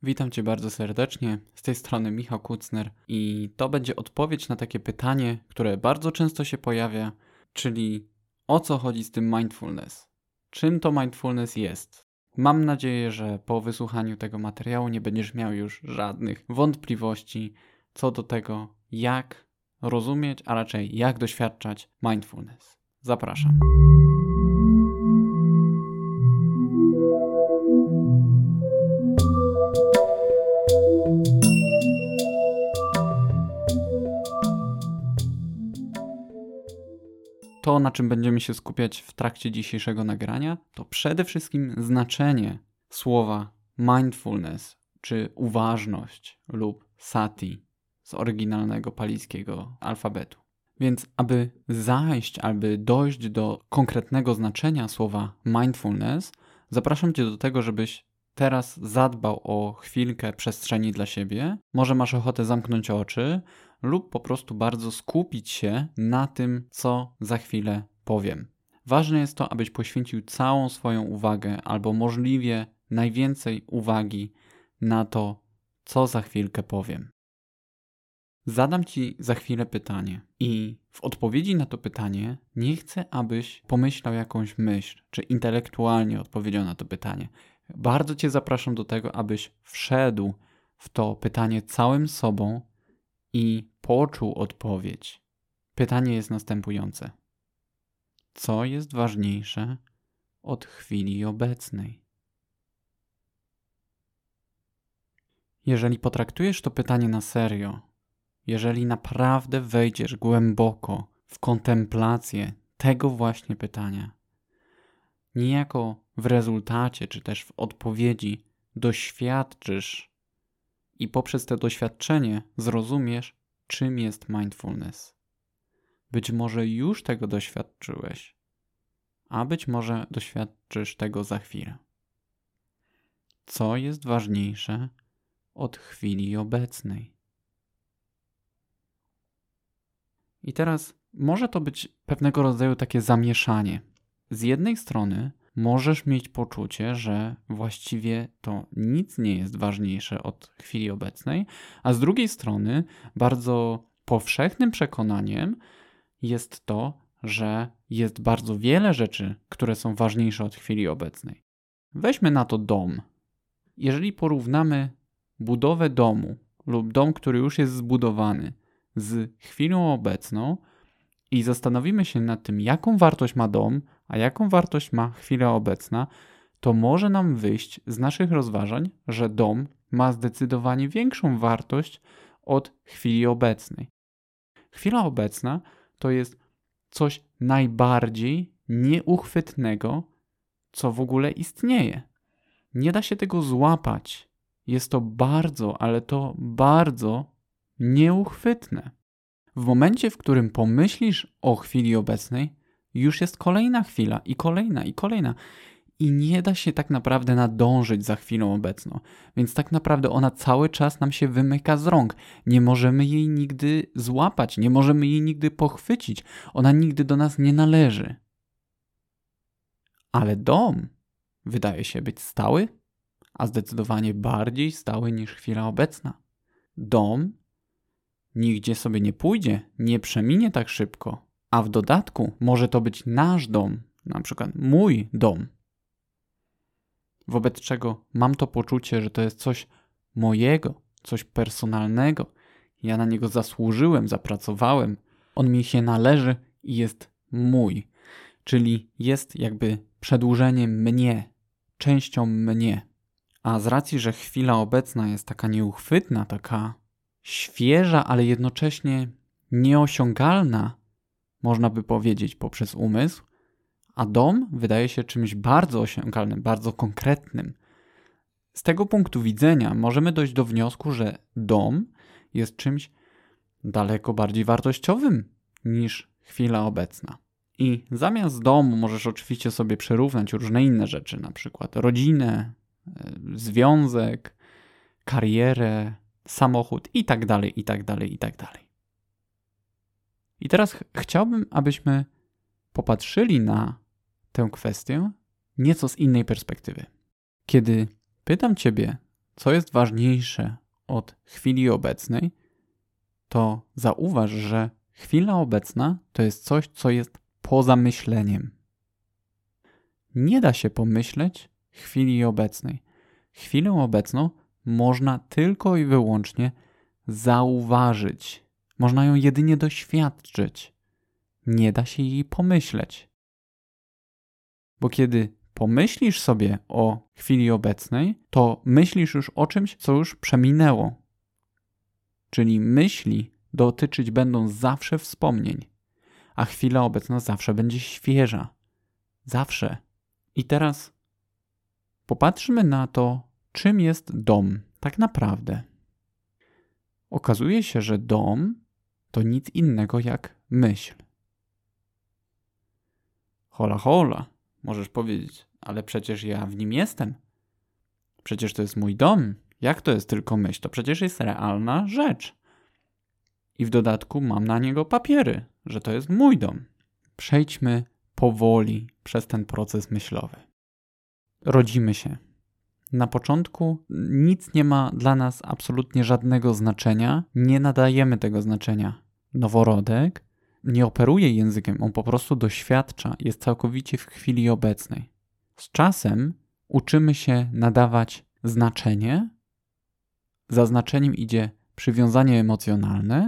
Witam Cię bardzo serdecznie, z tej strony Michał Kucner i to będzie odpowiedź na takie pytanie, które bardzo często się pojawia, czyli o co chodzi z tym mindfulness? Czym to mindfulness jest? Mam nadzieję, że po wysłuchaniu tego materiału nie będziesz miał już żadnych wątpliwości co do tego, jak rozumieć, a raczej jak doświadczać mindfulness. Zapraszam. To, na czym będziemy się skupiać w trakcie dzisiejszego nagrania, to przede wszystkim znaczenie słowa mindfulness, czy uważność lub sati z oryginalnego palijskiego alfabetu. Więc aby dojść do konkretnego znaczenia słowa mindfulness, zapraszam Cię do tego, żebyś teraz zadbał o chwilkę przestrzeni dla siebie. Może masz ochotę zamknąć oczy lub po prostu bardzo skupić się na tym, co za chwilę powiem. Ważne jest to, abyś poświęcił całą swoją uwagę albo możliwie najwięcej uwagi na to, co za chwilkę powiem. Zadam Ci za chwilę pytanie i w odpowiedzi na to pytanie nie chcę, abyś pomyślał jakąś myśl, czy intelektualnie odpowiedział na to pytanie. Bardzo Cię zapraszam do tego, abyś wszedł w to pytanie całym sobą i poczuł odpowiedź. Pytanie jest następujące. Co jest ważniejsze od chwili obecnej? Jeżeli potraktujesz to pytanie na serio, jeżeli naprawdę wejdziesz głęboko w kontemplację tego właśnie pytania, niejako w rezultacie czy też w odpowiedzi doświadczysz i poprzez to doświadczenie zrozumiesz, czym jest mindfulness. Być może już tego doświadczyłeś, a być może doświadczysz tego za chwilę. Co jest ważniejsze od chwili obecnej? I teraz może to być pewnego rodzaju takie zamieszanie. Z jednej strony możesz mieć poczucie, że właściwie to nic nie jest ważniejsze od chwili obecnej, a z drugiej strony bardzo powszechnym przekonaniem jest to, że jest bardzo wiele rzeczy, które są ważniejsze od chwili obecnej. Weźmy na to dom. Jeżeli porównamy budowę domu lub dom, który już jest zbudowany, z chwilą obecną i zastanowimy się nad tym, jaką wartość ma dom, a jaką wartość ma chwila obecna, to może nam wyjść z naszych rozważań, że dom ma zdecydowanie większą wartość od chwili obecnej. Chwila obecna to jest coś najbardziej nieuchwytnego, co w ogóle istnieje. Nie da się tego złapać. Jest to bardzo, ale to bardzo nieuchwytne. W momencie, w którym pomyślisz o chwili obecnej, już jest kolejna chwila i kolejna i kolejna. I nie da się tak naprawdę nadążyć za chwilą obecną. Więc tak naprawdę ona cały czas nam się wymyka z rąk. Nie możemy jej nigdy złapać, nie możemy jej nigdy pochwycić. Ona nigdy do nas nie należy. Ale dom wydaje się być stały, a zdecydowanie bardziej stały niż chwila obecna. Dom nigdzie sobie nie pójdzie, nie przeminie tak szybko, a w dodatku może to być nasz dom, na przykład mój dom. Wobec czego mam to poczucie, że to jest coś mojego, coś personalnego. Ja na niego zasłużyłem, zapracowałem, on mi się należy i jest mój. Czyli jest jakby przedłużeniem mnie, częścią mnie. A z racji, że chwila obecna jest taka nieuchwytna, taka świeża, ale jednocześnie nieosiągalna, można by powiedzieć, poprzez umysł, a dom wydaje się czymś bardzo osiągalnym, bardzo konkretnym. Z tego punktu widzenia możemy dojść do wniosku, że dom jest czymś daleko bardziej wartościowym niż chwila obecna. I zamiast domu możesz oczywiście sobie przyrównać różne inne rzeczy, na przykład rodzinę, związek, karierę, samochód i tak dalej, i tak dalej, i tak dalej. I teraz chciałbym, abyśmy popatrzyli na tę kwestię nieco z innej perspektywy. Kiedy pytam Ciebie, co jest ważniejsze od chwili obecnej, to zauważ, że chwila obecna to jest coś, co jest poza myśleniem. Nie da się pomyśleć chwili obecnej. Chwilę obecną można tylko i wyłącznie zauważyć. Można ją jedynie doświadczyć. Nie da się jej pomyśleć. Bo kiedy pomyślisz sobie o chwili obecnej, to myślisz już o czymś, co już przeminęło. Czyli myśli dotyczyć będą zawsze wspomnień, a chwila obecna zawsze będzie świeża. Zawsze. I teraz popatrzmy na to, czym jest dom tak naprawdę. Okazuje się, że dom to nic innego jak myśl. Hola, hola, możesz powiedzieć, ale przecież ja w nim jestem. Przecież to jest mój dom. Jak to jest tylko myśl? To przecież jest realna rzecz. I w dodatku mam na niego papiery, że to jest mój dom. Przejdźmy powoli przez ten proces myślowy. Rodzimy się. Na początku nic nie ma dla nas absolutnie żadnego znaczenia. Nie nadajemy tego znaczenia. Noworodek nie operuje językiem, on po prostu doświadcza, jest całkowicie w chwili obecnej. Z czasem uczymy się nadawać znaczenie. Za znaczeniem idzie przywiązanie emocjonalne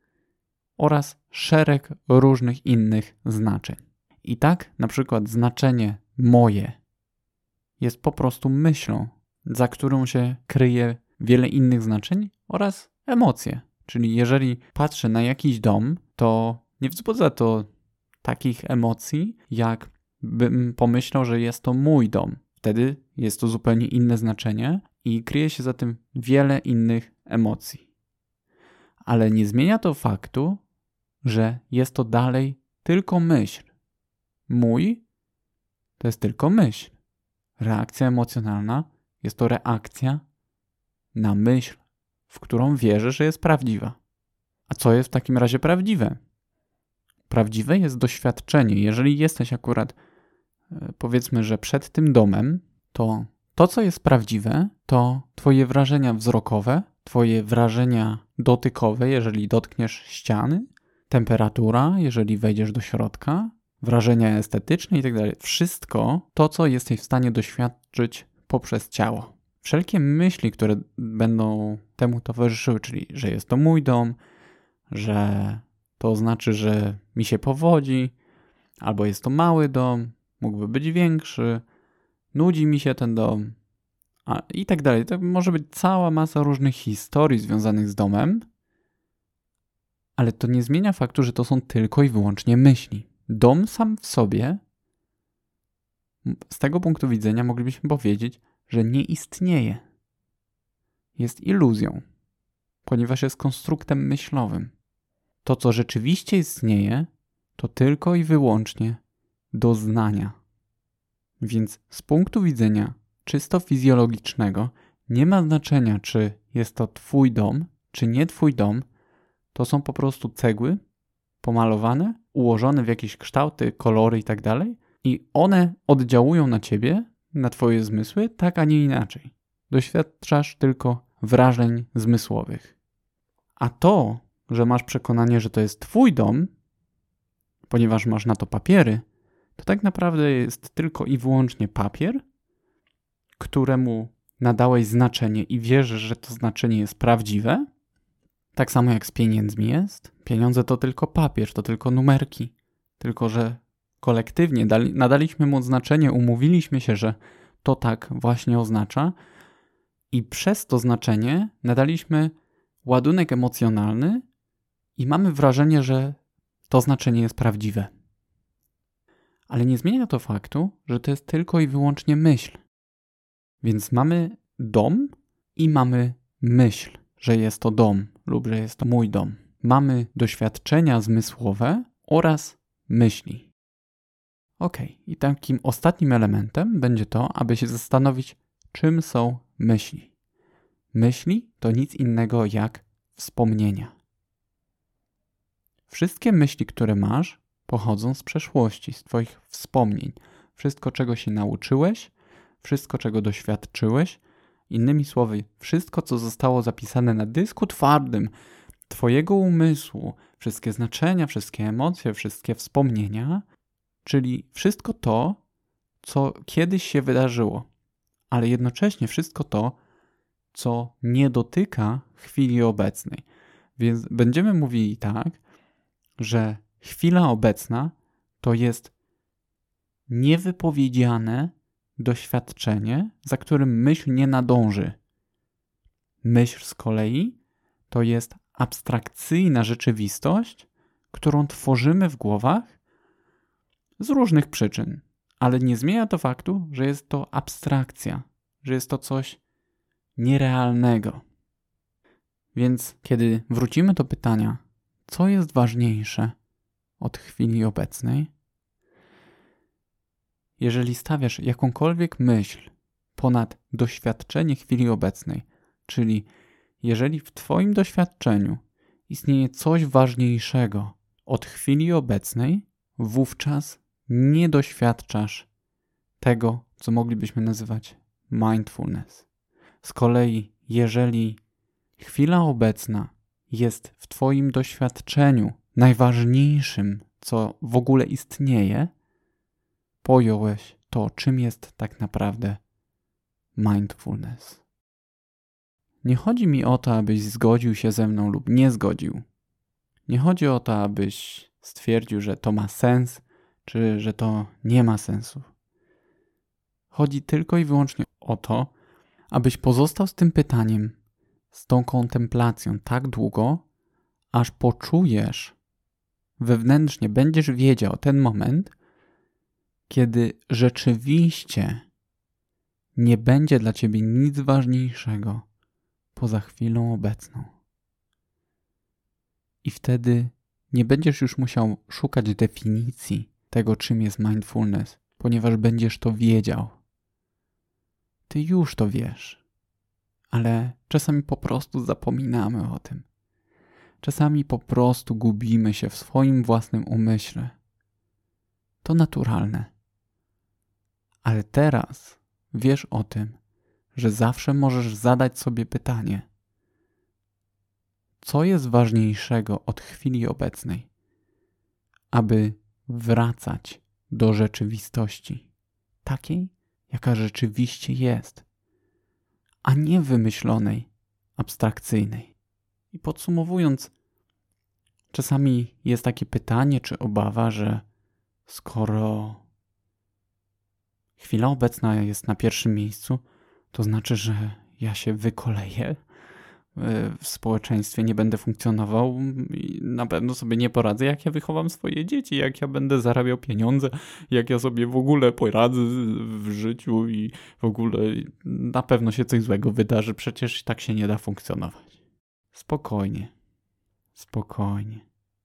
oraz szereg różnych innych znaczeń. I tak na przykład znaczenie moje jest po prostu myślą, za którą się kryje wiele innych znaczeń oraz emocje. Czyli jeżeli patrzę na jakiś dom, to nie wzbudza to takich emocji, jak bym pomyślał, że jest to mój dom. Wtedy jest to zupełnie inne znaczenie i kryje się za tym wiele innych emocji. Ale nie zmienia to faktu, że jest to dalej tylko myśl. Mój to jest tylko myśl. Reakcja emocjonalna jest to reakcja na myśl, w którą wierzę, że jest prawdziwa. A co jest w takim razie prawdziwe? Prawdziwe jest doświadczenie. Jeżeli jesteś akurat, powiedzmy, że przed tym domem, to co jest prawdziwe, to twoje wrażenia wzrokowe, twoje wrażenia dotykowe, jeżeli dotkniesz ściany, temperatura, jeżeli wejdziesz do środka, wrażenia estetyczne i tak dalej. Wszystko to, co jesteś w stanie doświadczyć poprzez ciało. Wszelkie myśli, które będą temu towarzyszyły, czyli że jest to mój dom, że to znaczy, że mi się powodzi, albo jest to mały dom, mógłby być większy, nudzi mi się ten dom, i tak dalej. To może być cała masa różnych historii związanych z domem, ale to nie zmienia faktu, że to są tylko i wyłącznie myśli. Dom sam w sobie, z tego punktu widzenia moglibyśmy powiedzieć, że nie istnieje. Jest iluzją, ponieważ jest konstruktem myślowym. To, co rzeczywiście istnieje, to tylko i wyłącznie doznania. Więc z punktu widzenia czysto fizjologicznego nie ma znaczenia, czy jest to twój dom, czy nie twój dom. To są po prostu cegły pomalowane, ułożone w jakieś kształty, kolory i tak dalej. I one oddziałują na ciebie, na twoje zmysły, tak a nie inaczej. Doświadczasz tylko wrażeń zmysłowych. A to, że masz przekonanie, że to jest twój dom, ponieważ masz na to papiery, to tak naprawdę jest tylko i wyłącznie papier, któremu nadałeś znaczenie i wierzysz, że to znaczenie jest prawdziwe. Tak samo jak z pieniędzmi jest. Pieniądze to tylko papier, to tylko numerki. Tylko że kolektywnie nadaliśmy mu znaczenie, umówiliśmy się, że to tak właśnie oznacza i przez to znaczenie nadaliśmy ładunek emocjonalny i mamy wrażenie, że to znaczenie jest prawdziwe. Ale nie zmienia to faktu, że to jest tylko i wyłącznie myśl. Więc mamy dom i mamy myśl, że jest to dom lub że jest to mój dom. Mamy doświadczenia zmysłowe oraz myśli. I takim ostatnim elementem będzie to, aby się zastanowić, czym są myśli. Myśli to nic innego jak wspomnienia. Wszystkie myśli, które masz, pochodzą z przeszłości, z twoich wspomnień. Wszystko, czego się nauczyłeś, wszystko, czego doświadczyłeś, Innymi słowy, wszystko, co zostało zapisane na dysku twardym Twojego umysłu, wszystkie znaczenia, wszystkie emocje, wszystkie wspomnienia, czyli wszystko to, co kiedyś się wydarzyło, ale jednocześnie wszystko to, co nie dotyka chwili obecnej. Więc będziemy mówili tak, że chwila obecna to jest niewypowiedziane doświadczenie, za którym myśl nie nadąży. Myśl z kolei to jest abstrakcyjna rzeczywistość, którą tworzymy w głowach z różnych przyczyn. Ale nie zmienia to faktu, że jest to abstrakcja, że jest to coś nierealnego. Więc kiedy wrócimy do pytania, co jest ważniejsze od chwili obecnej, jeżeli stawiasz jakąkolwiek myśl ponad doświadczenie chwili obecnej, czyli jeżeli w Twoim doświadczeniu istnieje coś ważniejszego od chwili obecnej, wówczas nie doświadczasz tego, co moglibyśmy nazywać mindfulness. Z kolei, jeżeli chwila obecna jest w Twoim doświadczeniu najważniejszym, co w ogóle istnieje, pojąłeś to, czym jest tak naprawdę mindfulness. Nie chodzi mi o to, abyś zgodził się ze mną lub nie zgodził. Nie chodzi o to, abyś stwierdził, że to ma sens, czy że to nie ma sensu. Chodzi tylko i wyłącznie o to, abyś pozostał z tym pytaniem, z tą kontemplacją tak długo, aż poczujesz wewnętrznie, będziesz wiedział ten moment, kiedy rzeczywiście nie będzie dla ciebie nic ważniejszego poza chwilą obecną. I wtedy nie będziesz już musiał szukać definicji tego, czym jest mindfulness, ponieważ będziesz to wiedział. Ty już to wiesz, ale czasami po prostu zapominamy o tym. Czasami po prostu gubimy się w swoim własnym umyśle. To naturalne. Ale teraz wiesz o tym, że zawsze możesz zadać sobie pytanie, co jest ważniejszego od chwili obecnej, aby wracać do rzeczywistości, takiej, jaka rzeczywiście jest, a nie wymyślonej, abstrakcyjnej. I podsumowując, czasami jest takie pytanie czy obawa, że skoro chwila obecna jest na pierwszym miejscu, to znaczy, że ja się wykoleję w społeczeństwie, nie będę funkcjonował i na pewno sobie nie poradzę, jak ja wychowam swoje dzieci, jak ja będę zarabiał pieniądze, jak ja sobie w ogóle poradzę w życiu i w ogóle na pewno się coś złego wydarzy, przecież tak się nie da funkcjonować. Spokojnie. Spokojnie.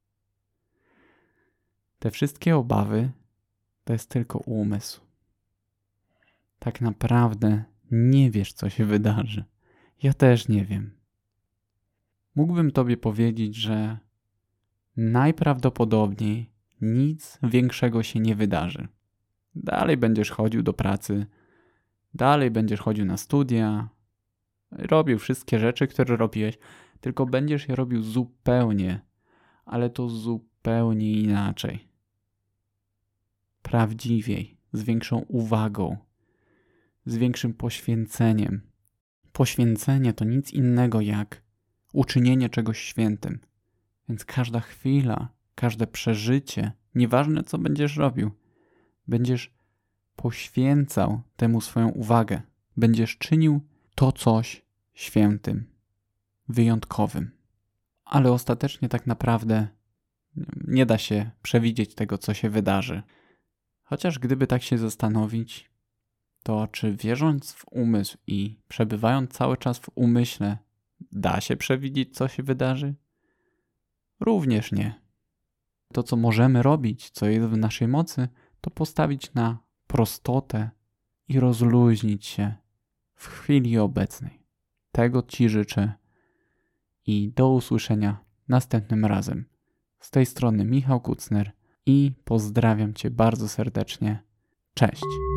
Te wszystkie obawy to jest tylko umysł. Tak naprawdę nie wiesz, co się wydarzy. Ja też nie wiem. Mógłbym tobie powiedzieć, że najprawdopodobniej nic większego się nie wydarzy. Dalej będziesz chodził do pracy, dalej będziesz chodził na studia, robił wszystkie rzeczy, które robiłeś, tylko będziesz je robił zupełnie, ale to zupełnie inaczej. Prawdziwiej, z większą uwagą, z większym poświęceniem. Poświęcenie to nic innego jak uczynienie czegoś świętym. Więc każda chwila, każde przeżycie, nieważne co będziesz robił, będziesz poświęcał temu swoją uwagę. Będziesz czynił to coś świętym, wyjątkowym. Ale ostatecznie tak naprawdę nie da się przewidzieć tego, co się wydarzy. Chociaż gdyby tak się zastanowić, to czy wierząc w umysł i przebywając cały czas w umyśle, da się przewidzieć, co się wydarzy? Również nie. To, co możemy robić, co jest w naszej mocy, to postawić na prostotę i rozluźnić się w chwili obecnej. Tego Ci życzę i do usłyszenia następnym razem. Z tej strony Michał Kucner i pozdrawiam Cię bardzo serdecznie. Cześć!